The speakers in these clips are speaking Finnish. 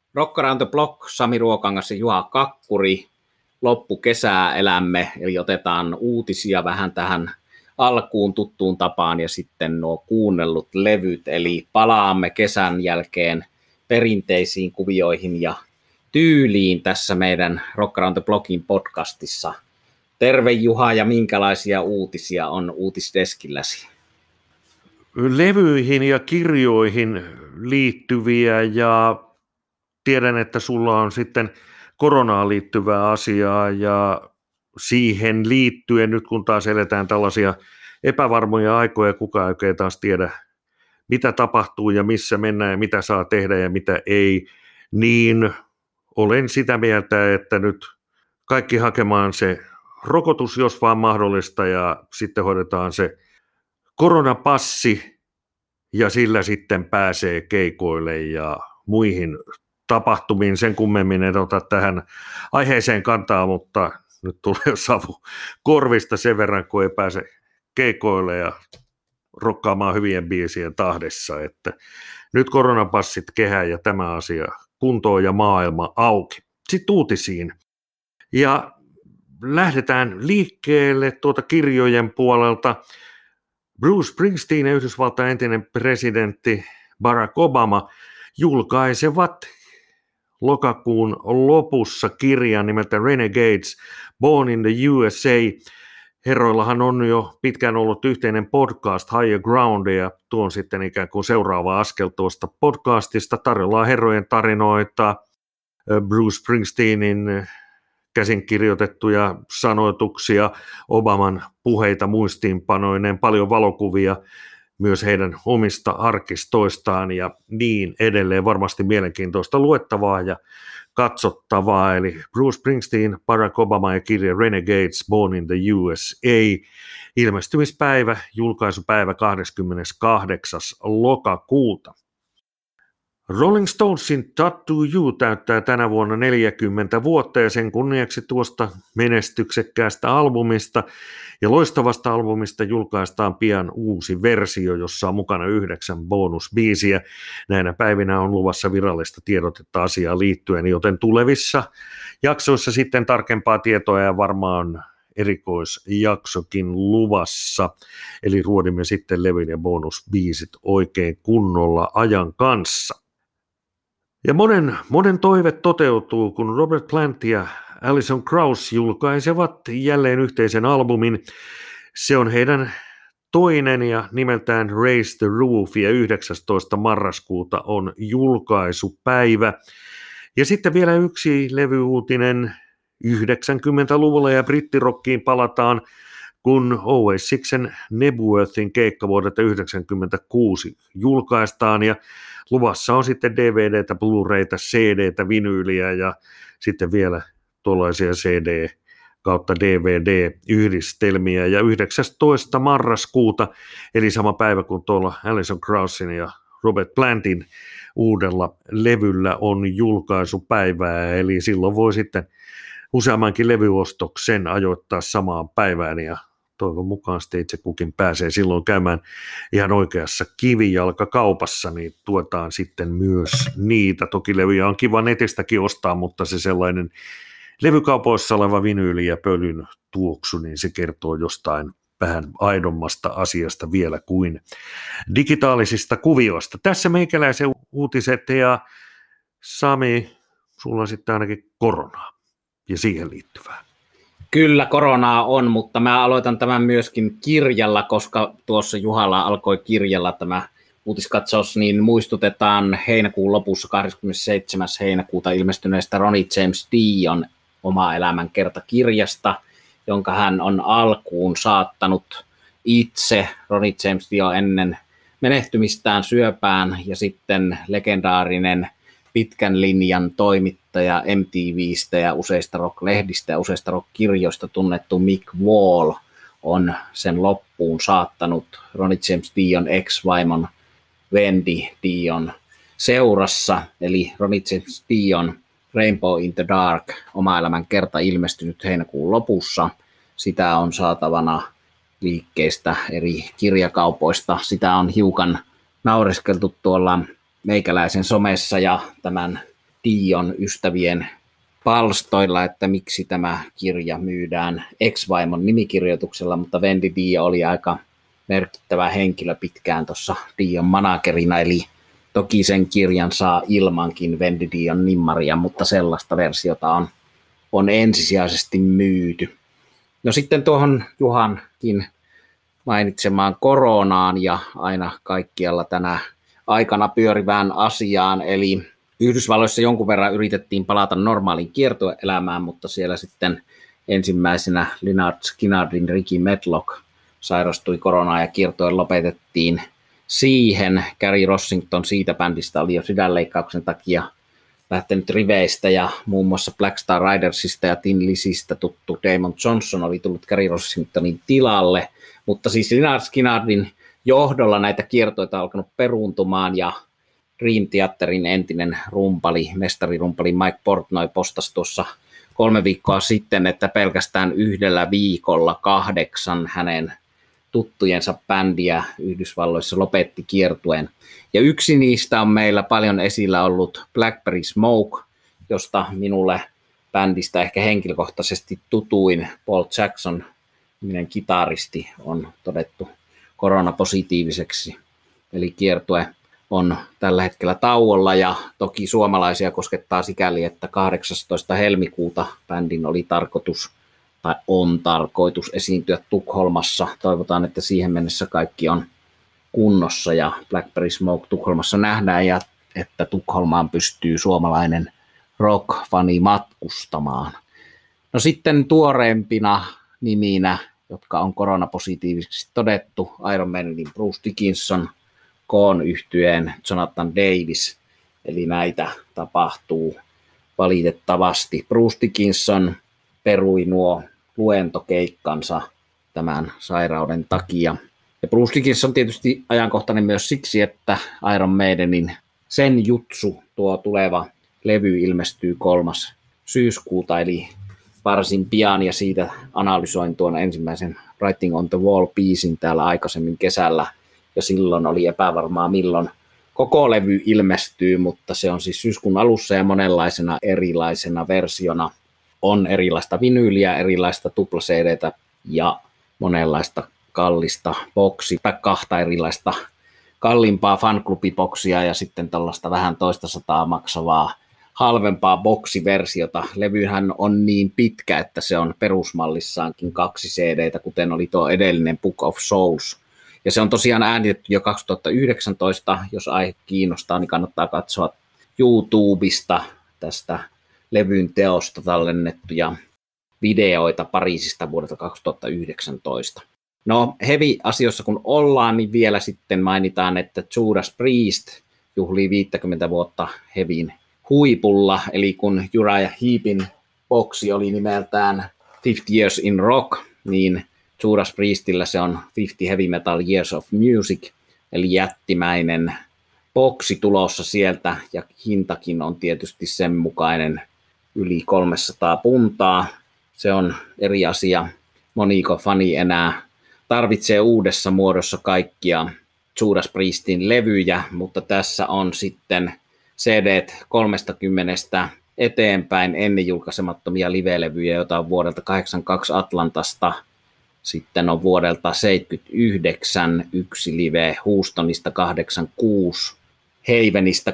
Rock Around the Block, Sami Ruokangas ja Juha Kakkuri. Loppukesää elämme, eli otetaan uutisia vähän tähän alkuun tuttuun tapaan ja sitten nuo kuunnellut levyt, eli palaamme kesän jälkeen perinteisiin kuvioihin ja tyyliin tässä meidän Rock Around the Blockin podcastissa. Terve Juha, ja minkälaisia uutisia on uutisdeskilläsi? Levyihin ja kirjoihin liittyviä, ja tiedän, että sulla on sitten koronaan liittyvää asiaa, ja siihen liittyen nyt kun taas eletään tällaisia epävarmoja aikoja, kukaan ei oikein taas tiedä, mitä tapahtuu ja missä mennään ja mitä saa tehdä ja mitä ei, niin olen sitä mieltä, että nyt kaikki hakemaan se rokotus, jos vaan mahdollista, ja sitten hoidetaan se koronapassi, ja sillä sitten pääsee keikoille ja muihin tapahtumiin. Sen kummemmin en ota tähän aiheeseen kantaa, mutta nyt tulee savu korvista sen verran, kun ei pääse keikoille ja rokkaamaan hyvien biisien tahdessa, että nyt koronapassit kehään ja tämä asia kuntoon ja maailma auki. Sitten uutisiin. Ja lähdetään liikkeelle kirjojen puolelta. Bruce Springsteen ja Yhdysvaltain entinen presidentti Barack Obama julkaisevat lokakuun lopussa kirjan nimeltä Renegades, Born in the USA. Herroillahan on jo pitkään ollut yhteinen podcast Higher Ground, ja tuon sitten ikään kuin seuraava askel tuosta podcastista. Tarjolla herrojen tarinoita, Bruce Springsteenin käsin kirjoitettuja sanoituksia, Obaman puheita muistiinpanoineen, paljon valokuvia myös heidän omista arkistoistaan ja niin edelleen. Varmasti mielenkiintoista luettavaa ja katsottavaa. Eli Bruce Springsteen, Barack Obama ja kirja Renegades, Born in the USA. Ilmestymispäivä, julkaisupäivä 28. lokakuuta. Rolling Stonesin Tattoo You täyttää tänä vuonna 40 vuotta, ja sen kunniaksi tuosta menestyksekkäästä albumista ja loistavasta albumista julkaistaan pian uusi versio, jossa on mukana 9 bonusbiisiä. Näinä päivinä on luvassa virallista tiedotetta asiaan liittyen, joten tulevissa jaksoissa sitten tarkempaa tietoa ja varmaan erikoisjaksokin luvassa. Eli ruodimme sitten levyn ja bonusbiisit oikein kunnolla ajan kanssa. Ja monen toive toteutuu, kun Robert Plant ja Alison Krauss julkaisevat jälleen yhteisen albumin. Se on heidän toinen ja nimeltään Raise the Roof, ja 19. marraskuuta on julkaisupäivä. Ja sitten vielä yksi levyuutinen 90-luvulla, ja brittirockiin palataan, kun Oasisen Nebworthin keikka vuodelta 1996 julkaistaan, ja luvassa on sitten DVDtä, Blu-rayta, CDtä, vinyyliä ja sitten vielä tuollaisia CD kautta DVD-yhdistelmiä. Ja 19. marraskuuta, eli sama päivä kuin tuolla Alison Kraussin ja Robert Plantin uudella levyllä on julkaisupäivää, eli silloin voi sitten useammankin levyostoksen ajoittaa samaan päivään, ja toivon mukaan sitten itse kukin pääsee silloin käymään ihan oikeassa kivijalkakaupassa, niin tuetaan sitten myös niitä. Toki levyjä on kiva netistäkin ostaa, mutta se sellainen levykaupoissa oleva vinyyli ja pölyn tuoksu, niin se kertoo jostain vähän aidommasta asiasta vielä kuin digitaalisista kuvioista. Tässä meikäläisen uutiset, ja Sami, sulla on sitten ainakin koronaa ja siihen liittyvää. Kyllä koronaa on, mutta mä aloitan tämän myöskin kirjalla, koska tuossa Juhalla alkoi kirjalla tämä uutiskatsaus, niin muistutetaan heinäkuun lopussa 27. heinäkuuta ilmestyneestä Ronnie James Dion oma elämän kertakirjasta, jonka hän on alkuun saattanut itse. Ronnie James Dio ennen menehtymistään syöpään, ja sitten legendaarinen pitkän linjan toimittaja MTVstä ja useista rock-lehdistä ja useista rock-kirjoista tunnettu Mick Wall on sen loppuun saattanut Ronnie James Dion ex-vaimon Wendy Dion seurassa, eli Ronnie James Dion Rainbow in the Dark, oma elämän kerta, ilmestynyt heinäkuun lopussa. Sitä on saatavana liikkeistä eri kirjakaupoista. Sitä on hiukan naureskeltu tuolla meikäläisen somessa ja tämän Dion ystävien palstoilla, että miksi tämä kirja myydään ex-vaimon nimikirjoituksella, mutta Wendy Dio oli aika merkittävä henkilö pitkään tuossa Dion managerina, eli toki sen kirjan saa ilmankin Wendy Dion nimmaria, mutta sellaista versiota on ensisijaisesti myyty. No sitten tuohon Juhankin mainitsemaan koronaan ja aina kaikkialla tänä aikana pyörivään asiaan, eli Yhdysvalloissa jonkun verran yritettiin palata normaaliin kiertoelämään, mutta siellä sitten ensimmäisenä Lynyrd Skynyrdin Ricky Medlock sairastui koronaan ja kiertue lopetettiin siihen. Gary Rossington siitä bändistä oli jo sydänleikkauksen takia lähtenyt riveistä ja muun muassa Black Star Ridersista ja Tin Lizzystä tuttu Damon Johnson oli tullut Gary Rossingtonin tilalle, mutta siis Lynyrd Skynyrdin johdolla näitä kiertoita on alkanut peruuntumaan ja Dream Theaterin entinen mestarirumpali Mike Portnoy postasi tuossa 3 viikkoa sitten, että pelkästään yhdellä viikolla 8 hänen tuttujensa bändiä Yhdysvalloissa lopetti kiertueen. Ja yksi niistä on meillä paljon esillä ollut Blackberry Smoke, josta minulle bändistä ehkä henkilökohtaisesti tutuin Paul Jackson, niminen kitaristi, on todettu koronapositiiviseksi. Eli kiertue on tällä hetkellä tauolla ja toki suomalaisia koskettaa sikäli, että 18. helmikuuta bändin oli tarkoitus tai on tarkoitus esiintyä Tukholmassa. Toivotaan, että siihen mennessä kaikki on kunnossa ja Blackberry Smoke Tukholmassa nähdään ja että Tukholmaan pystyy suomalainen rock-fani matkustamaan. No sitten tuoreempina niminä, jotka on koronapositiivisesti todettu, Iron Maidenin Bruce Dickinson, Korn-yhtyeen Jonathan Davis, eli näitä tapahtuu valitettavasti. Bruce Dickinson perui nuo luentokeikkansa tämän sairauden takia. Ja Bruce Dickinson on tietysti ajankohtainen myös siksi, että Iron Maidenin Sen jutsu, tuo tuleva levy, ilmestyy 3. syyskuuta, eli varsin pian, ja siitä analysoin tuon ensimmäisen Writing on the Wall-biisin täällä aikaisemmin kesällä, ja silloin oli epävarmaa milloin koko levy ilmestyy, mutta se on siis syyskuun alussa ja monenlaisena erilaisena versiona. On erilaista vinyyliä, erilaista tupla-CDtä ja monenlaista kallista boksia tai 2 erilaista kalliimpaa fanklubi-boksia ja sitten tällaista vähän toista sataa maksavaa halvempaa boksiversiota. Levyhän on niin pitkä, että se on perusmallissaankin 2 CDtä, kuten oli tuo edellinen Book of Souls. Ja se on tosiaan äänitetty jo 2019. Jos aihe kiinnostaa, niin kannattaa katsoa YouTubesta tästä levyn teosta tallennettuja videoita Pariisista vuodelta 2019. No heavy-asioissa kun ollaan, niin vielä sitten mainitaan, että Judas Priest juhlii 50 vuotta heavyn huipulla, eli kun Uriah Heepin boksi oli nimeltään 50 Years in Rock, niin Judas Priestillä se on 50 Heavy Metal Years of Music, eli jättimäinen boksi tulossa sieltä, ja hintakin on tietysti sen mukainen yli 300 puntaa. Se on eri asia, moniko fani enää tarvitsee uudessa muodossa kaikkia Judas Priestin levyjä, mutta tässä on sitten CD:t 30 eteenpäin ennen julkaisemattomia live-levyjä, joita on vuodelta 82 Atlantasta. Sitten on vuodelta 79 yksi live, Houstonista 86, Havenista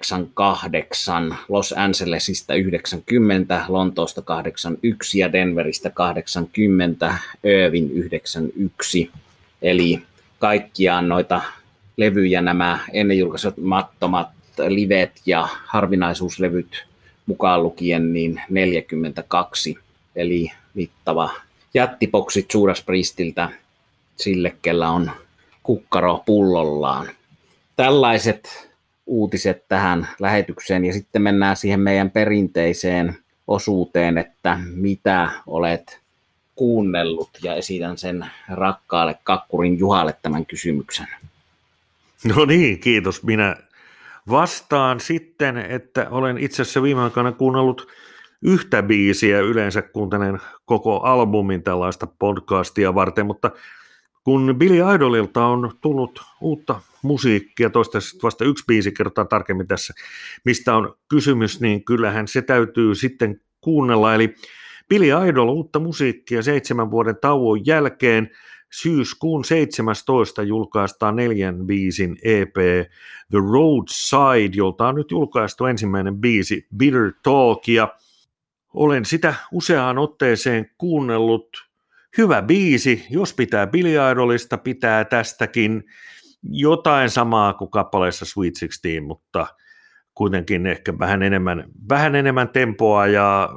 88, Los Angelesista 90, Lontoosta 81 ja Denveristä 80, Irvin 91. Eli kaikkiaan noita levyjä nämä ennen julkaisemattomat livet ja harvinaisuuslevyt mukaan lukien niin 42, eli mittava jättiboksi Judas Priestiltä sille, kellä on kukkaro pullollaan. Tällaiset uutiset tähän lähetykseen ja sitten mennään siihen meidän perinteiseen osuuteen, että mitä olet kuunnellut ja esitän sen rakkaalle Kakkurin Juhalle tämän kysymyksen. No niin, kiitos. Minä vastaan sitten, että olen itse asiassa viime aikoina kuunnellut yhtä biisiä, yleensä kuuntelen koko albumin tällaista podcastia varten, mutta kun Billy Idolilta on tullut uutta musiikkia, toistaiseksi vasta yksi biisi kertaa tarkemmin tässä, mistä on kysymys, niin kyllähän se täytyy sitten kuunnella. Eli Billy Idol uutta musiikkia 7 vuoden tauon jälkeen. Syyskuun 17. julkaistaan 4 biisin EP The Roadside, jolta on nyt julkaistu ensimmäinen biisi Bitter Talk, ja olen sitä useaan otteeseen kuunnellut. Hyvä biisi, jos pitää Billy Idolista, pitää tästäkin jotain samaa kuin kappaleessa Sweet 16, mutta kuitenkin ehkä vähän enemmän tempoa ja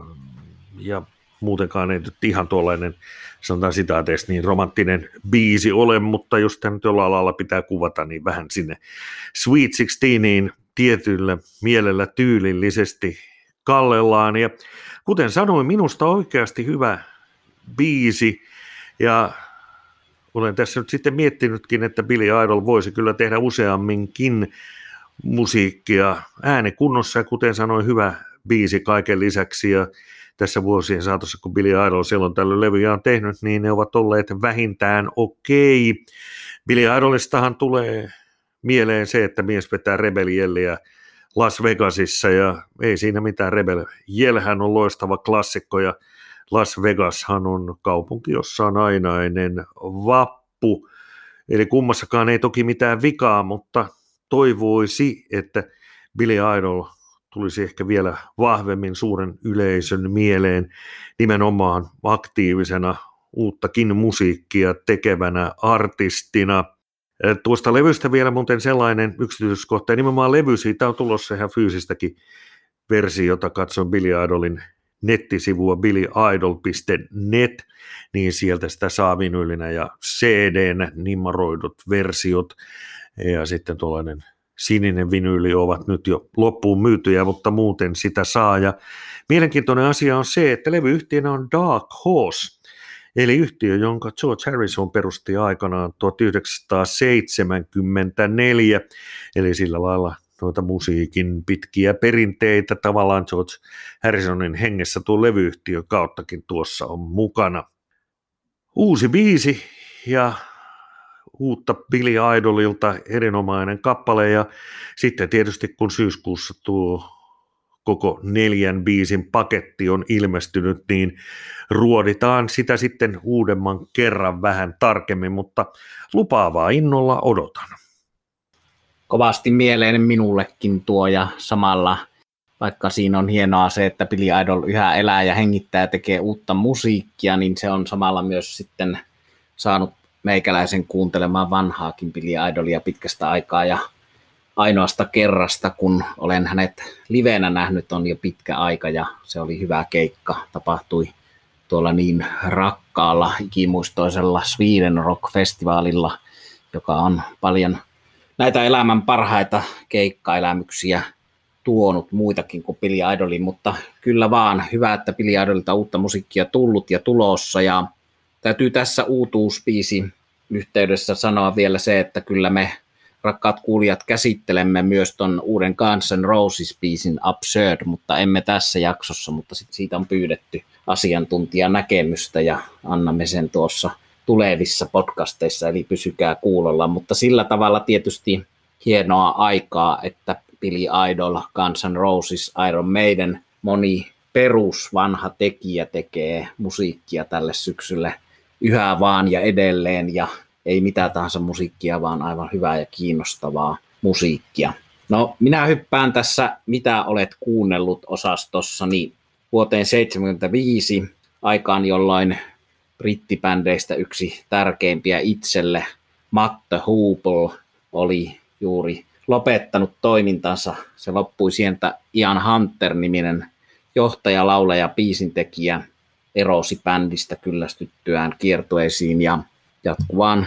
muutenkaan ei nyt ihan tuollainen, sanotaan sitaateista, niin romanttinen biisi ole, mutta jos tämä nyt jollain lailla pitää kuvata, niin vähän sinne Sweet 16iin tietyllä mielellä tyylillisesti kallellaan. Ja kuten sanoin, minusta oikeasti hyvä biisi, ja olen tässä nyt sitten miettinytkin, että Billy Idol voisi kyllä tehdä useamminkin musiikkia äänikunnossa, ja kuten sanoin, hyvä biisi kaiken lisäksi, ja tässä vuosien saatossa, kun Billy Idol silloin tällöin levyjä on tehnyt, niin ne ovat olleet vähintään okei. Billy Idolistahan tulee mieleen se, että mies vetää Rebel Yelliä Las Vegasissa, ja ei siinä mitään. Rebel Yellhän on loistava klassikko, ja Las Vegashan on kaupunki, jossa on ainainen vappu. Eli kummassakaan ei toki mitään vikaa, mutta toivoisi, että Billy Idol tulisi ehkä vielä vahvemmin suuren yleisön mieleen nimenomaan aktiivisena uuttakin musiikkia tekevänä artistina. Tuosta levystä vielä muuten sellainen yksityiskohta, ja nimenomaan levy, siitä on tulossa ihan fyysistäkin versiota, katson Billy Idolin nettisivua billyidol.net, niin sieltä sitä saa vinyylinä ja CD-nä nimmaroidut versiot, ja sitten tuollainen sininen vinyyli ovat nyt jo loppuun myytyjä, mutta muuten sitä saa. Ja mielenkiintoinen asia on se, että levyyhtiönä on Dark Horse, eli yhtiö, jonka George Harrison perusti aikanaan 1974, eli sillä lailla noita musiikin pitkiä perinteitä tavallaan George Harrisonin hengessä tuon levyyhtiön kauttakin tuossa on mukana. Uusi biisi ja uutta Billy Idolilta erinomainen kappale, ja sitten tietysti kun syyskuussa tuo koko 4 biisin paketti on ilmestynyt, niin ruoditaan sitä sitten uudemman kerran vähän tarkemmin, mutta lupaavaa innolla odotan. Kovasti mieleinen minullekin tuo, ja samalla, vaikka siinä on hienoa se, että Billy Idol yhä elää ja hengittää ja tekee uutta musiikkia, niin se on samalla myös sitten saanut meikäläisen kuuntelemaan vanhaakin Billy Idolia pitkästä aikaa, ja ainoasta kerrasta, kun olen hänet livenä nähnyt, on jo pitkä aika, ja se oli hyvä keikka. Tapahtui tuolla niin rakkaalla ikimuistoisella Sweden Rock-festivaalilla, joka on paljon näitä elämän parhaita keikkaelämyksiä tuonut muitakin kuin Billy Idolin, mutta kyllä vaan hyvä, että Billy Idolilta uutta musiikkia tullut ja tulossa, ja täytyy tässä uutuusbiisi yhteydessä sanoa vielä se, että kyllä me rakkaat kuulijat käsittelemme myös ton uuden Guns N' Roses-biisin Absurd, mutta emme tässä jaksossa, mutta siitä on pyydetty asiantuntijan näkemystä ja annamme sen tuossa tulevissa podcasteissa, eli pysykää kuulolla, mutta sillä tavalla tietysti hienoa aikaa, että Billy Idol, Guns N' Roses, Iron Maiden, moni perusvanha tekijä tekee musiikkia tälle syksylle yhä vaan ja edelleen, ja ei mitään tahansa musiikkia, vaan aivan hyvää ja kiinnostavaa musiikkia. No, minä hyppään tässä, mitä olet kuunnellut -osastossani vuoteen 1975, aikaan jolloin brittibändeistä yksi tärkeimpiä itselle, Mott the Hoople, oli juuri lopettanut toimintansa. Se loppui sieltä. Ian Hunter-niminen johtaja, laulaja, biisintekijä erosi bändistä kyllästyttyään kiertueisiin ja jatkuvaan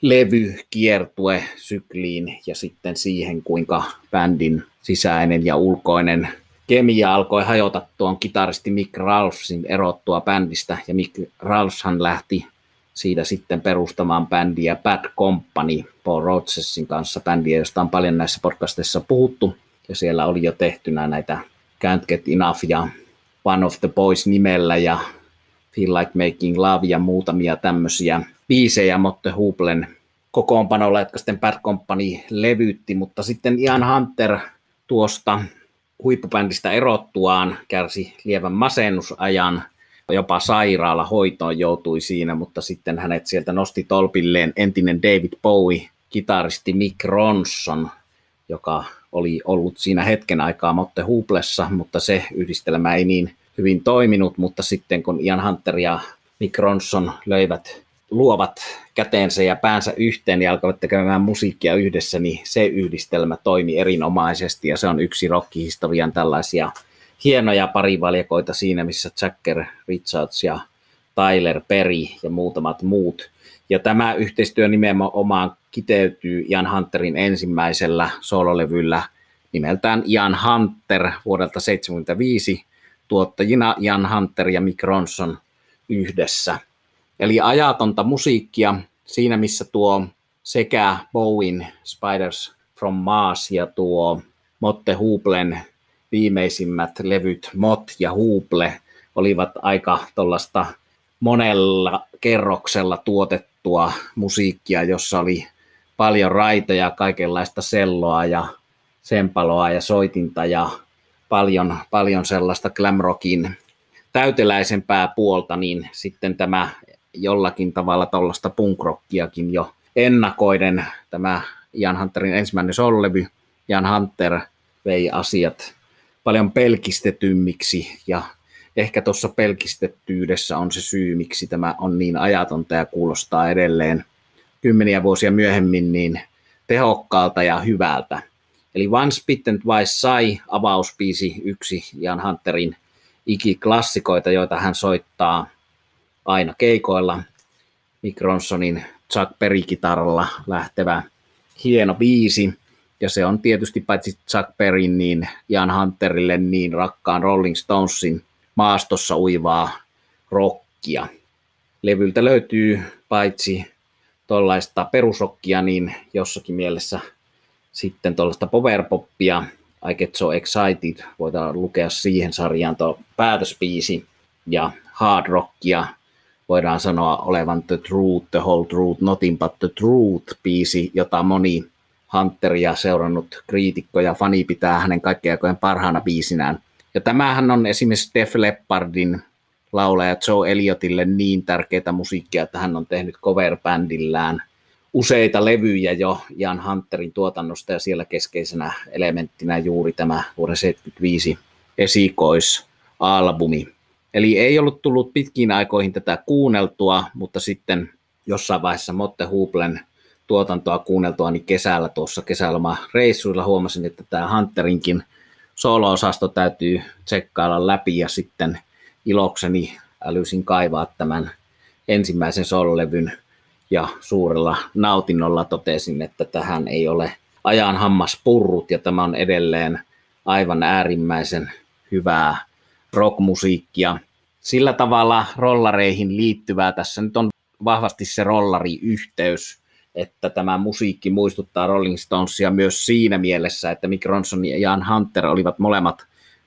levykiertue-sykliin ja sitten siihen, kuinka bändin sisäinen ja ulkoinen kemia alkoi hajota tuon kitaristi Mick Ralphsin erottua bändistä, ja Mick Ralphshan lähti siitä sitten perustamaan bändiä Bad Company Paul Rodgersin kanssa, bändiä, josta on paljon näissä podcasteissa puhuttu, ja siellä oli jo tehtynä näitä Can't Get Enough ja One of the Boys nimellä ja Feel Like Making Love ja muutamia tämmöisiä biisejä Motte Huplen kokoonpanolla, jotka sitten Bad Company levytti, mutta sitten Ian Hunter tuosta huippubändistä erottuaan kärsi lievän masennusajan, jopa sairaalahoitoon joutui siinä, mutta sitten hänet sieltä nosti tolpilleen entinen David Bowie, kitaristi Mick Ronson, joka oli ollut siinä hetken aikaa Motte Huplessa, mutta se yhdistelmä ei niin hyvin toiminut, mutta sitten kun Ian Hunter ja Mick Ronson löivät luovat käteensä ja päänsä yhteen ja alkavat tekemään musiikkia yhdessä, niin se yhdistelmä toimi erinomaisesti ja se on yksi rockihistorian tällaisia hienoja parivaljakoita siinä, missä Jagger, Richards ja Tyler Perry ja muutamat muut. Ja tämä yhteistyö nimenomaan kiteytyy Ian Hunterin ensimmäisellä soololevyllä nimeltään Ian Hunter vuodelta 1975, tuottajina Ian Hunter ja Mick Ronson yhdessä. Eli ajatonta musiikkia siinä, missä tuo sekä Bowen Spiders from Mars ja tuo Motte Huplen viimeisimmät levyt Mott ja Huple olivat aika tuollaista monella kerroksella tuotettua musiikkia, jossa oli paljon raitoja, kaikenlaista selloa ja sempaloa ja soitinta ja paljon sellaista glam rockin täyteläisempää puolta, niin sitten tämä jollakin tavalla tuollaista punk-rockiakin jo ennakoiden tämä Ian Hunterin ensimmäinen soololevy. Ian Hunter vei asiat paljon pelkistetymmiksi ja ehkä tuossa pelkistettyydessä on se syy, miksi tämä on niin ajatonta ja kuulostaa edelleen kymmeniä vuosia myöhemmin niin tehokkaalta ja hyvältä. Eli Once Bitten Twice Shy, avausbiisi, yksi Ian Hunterin ikiklassikoita, joita hän soittaa aina keikoilla. Mick Ronsonin Chuck Berry-kitaralla lähtevä hieno biisi. Ja se on tietysti paitsi Chuck Berryn niin Ian Hunterille niin rakkaan Rolling Stonesin maastossa uivaa rockia. Levyltä löytyy paitsi tuollaista perusrockia, niin jossakin mielessä sitten tuollaista powerpoppia. I Get So Excited, voidaan lukea siihen sarjaan tuo päätösbiisi, ja hard rockia voidaan sanoa olevan The Truth, The Whole Truth, Nothing But The Truth-biisi, jota moni Hunteria seurannut kriitikko ja fani pitää hänen kaikkien aikojen parhaana biisinään. Ja tämähän on esimerkiksi Def Leppardin laulaja Joe Elliottille niin tärkeää musiikkia, että hän on tehnyt cover-bändillään useita levyjä jo Ian Hunterin tuotannosta, ja siellä keskeisenä elementtinä juuri tämä vuoden 1975 esikoisalbumi. Eli ei ollut tullut pitkiin aikoihin tätä kuunneltua, mutta sitten jossain vaiheessa Motte Huplen tuotantoa kuunneltua, niin kesällä tuossa kesälomareissuilla huomasin, että tämä Hunterinkin solo-osasto täytyy tsekkailla läpi, ja sitten ilokseni älysin kaivaa tämän ensimmäisen sololevyn, ja suurella nautinnolla totesin, että tähän ei ole ajan hammas purrut, ja tämä on edelleen aivan äärimmäisen hyvää rockmusiikkia. Sillä tavalla rollareihin liittyvää tässä nyt on vahvasti se rollariyhteys, että tämä musiikki muistuttaa Rolling Stonesia myös siinä mielessä, että Mick Ronson ja Ian Hunter olivat molemmat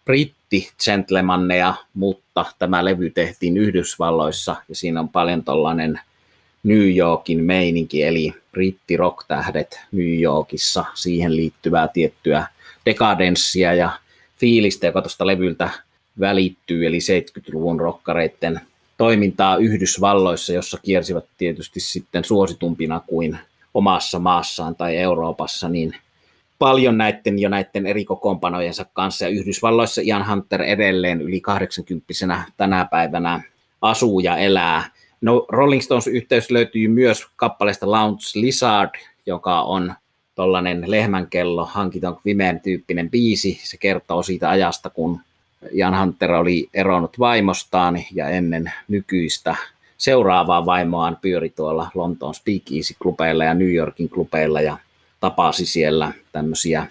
britti-gentlemanneja, mutta tämä levy tehtiin Yhdysvalloissa, ja siinä on paljon tollainen New Yorkin meininki, eli britti-rock-tähdet New Yorkissa, siihen liittyvää tiettyä dekadenssia ja fiilistä, joka tuosta levyltä välittyy, eli 70-luvun rockareiden toimintaa Yhdysvalloissa, jossa kiersivät tietysti sitten suositumpina kuin omassa maassaan tai Euroopassa, niin paljon näiden eri kokoonpanojensa kanssa, ja Yhdysvalloissa Ian Hunter edelleen yli 80-vuotiaana tänä päivänä asuu ja elää. No, Rolling Stones-yhteys löytyy myös kappaleesta Lounge Lizard, joka on tollainen lehmänkello, hankiton Vimen tyyppinen biisi. Se kertoo siitä ajasta, kun Ian Hunter oli eronnut vaimostaan ja ennen nykyistä seuraavaa vaimoaan pyöri tuolla Lontoon Speakeasy-klubeilla ja New Yorkin klubeilla ja tapasi siellä tämmöisiä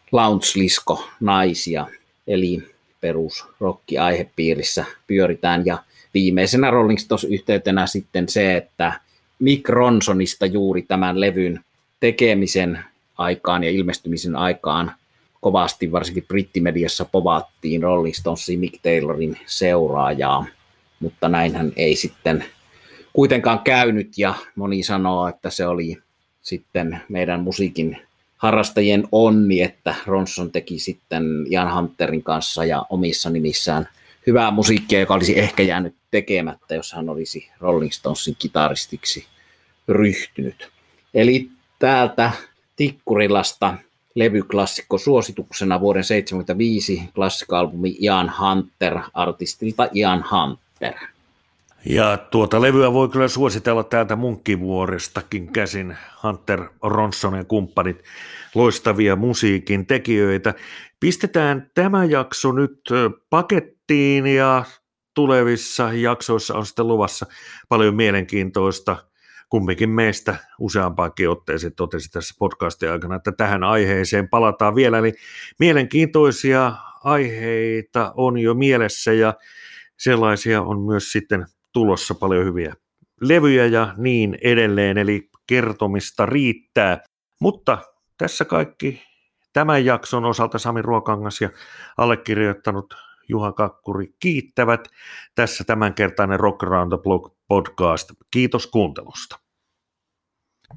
lounge-lisko-naisia, eli perusrokki-aihepiirissä pyöritään. Ja viimeisenä Rolling Stones-yhteytenä sitten se, että Mick Ronsonista juuri tämän levyn tekemisen aikaan ja ilmestymisen aikaan kovasti varsinkin brittimediassa povattiin Rolling Stonesin Mick Taylorin seuraajaa. mutta näinhän ei sitten kuitenkaan käynyt, ja moni sanoo, että se oli sitten meidän musiikin harrastajien onni, että Ronson teki sitten Ian Hunterin kanssa ja omissa nimissään hyvää musiikkia, joka olisi ehkä jäänyt tekemättä, jos hän olisi Rolling Stonesin kitaristiksi ryhtynyt. Eli täältä Tikkurilasta levyklassikko suosituksena vuoden 1975 klassikkoalbumi Ian Hunter artistilta Ian Hunter. Ja tuota levyä voi kyllä suositella täältä Munkkivuorestakin käsin. Hunter, Ronson ja kumppanit, loistavia musiikin tekijöitä. Pistetään tämä jakso nyt pakettiin ja tulevissa jaksoissa on sitten luvassa paljon mielenkiintoista. Kumminkin meistä useampaankin otteeseen totesi tässä podcastin aikana, että tähän aiheeseen palataan vielä. Eli mielenkiintoisia aiheita on jo mielessä ja sellaisia on myös sitten tulossa paljon hyviä levyjä ja niin edelleen, eli kertomista riittää. Mutta tässä kaikki tämän jakson osalta Sami Ruokangas ja allekirjoittanut Juha Kakkuri kiittävät. Tässä tämänkertainen Rock Around the Block podcast. Kiitos kuuntelusta.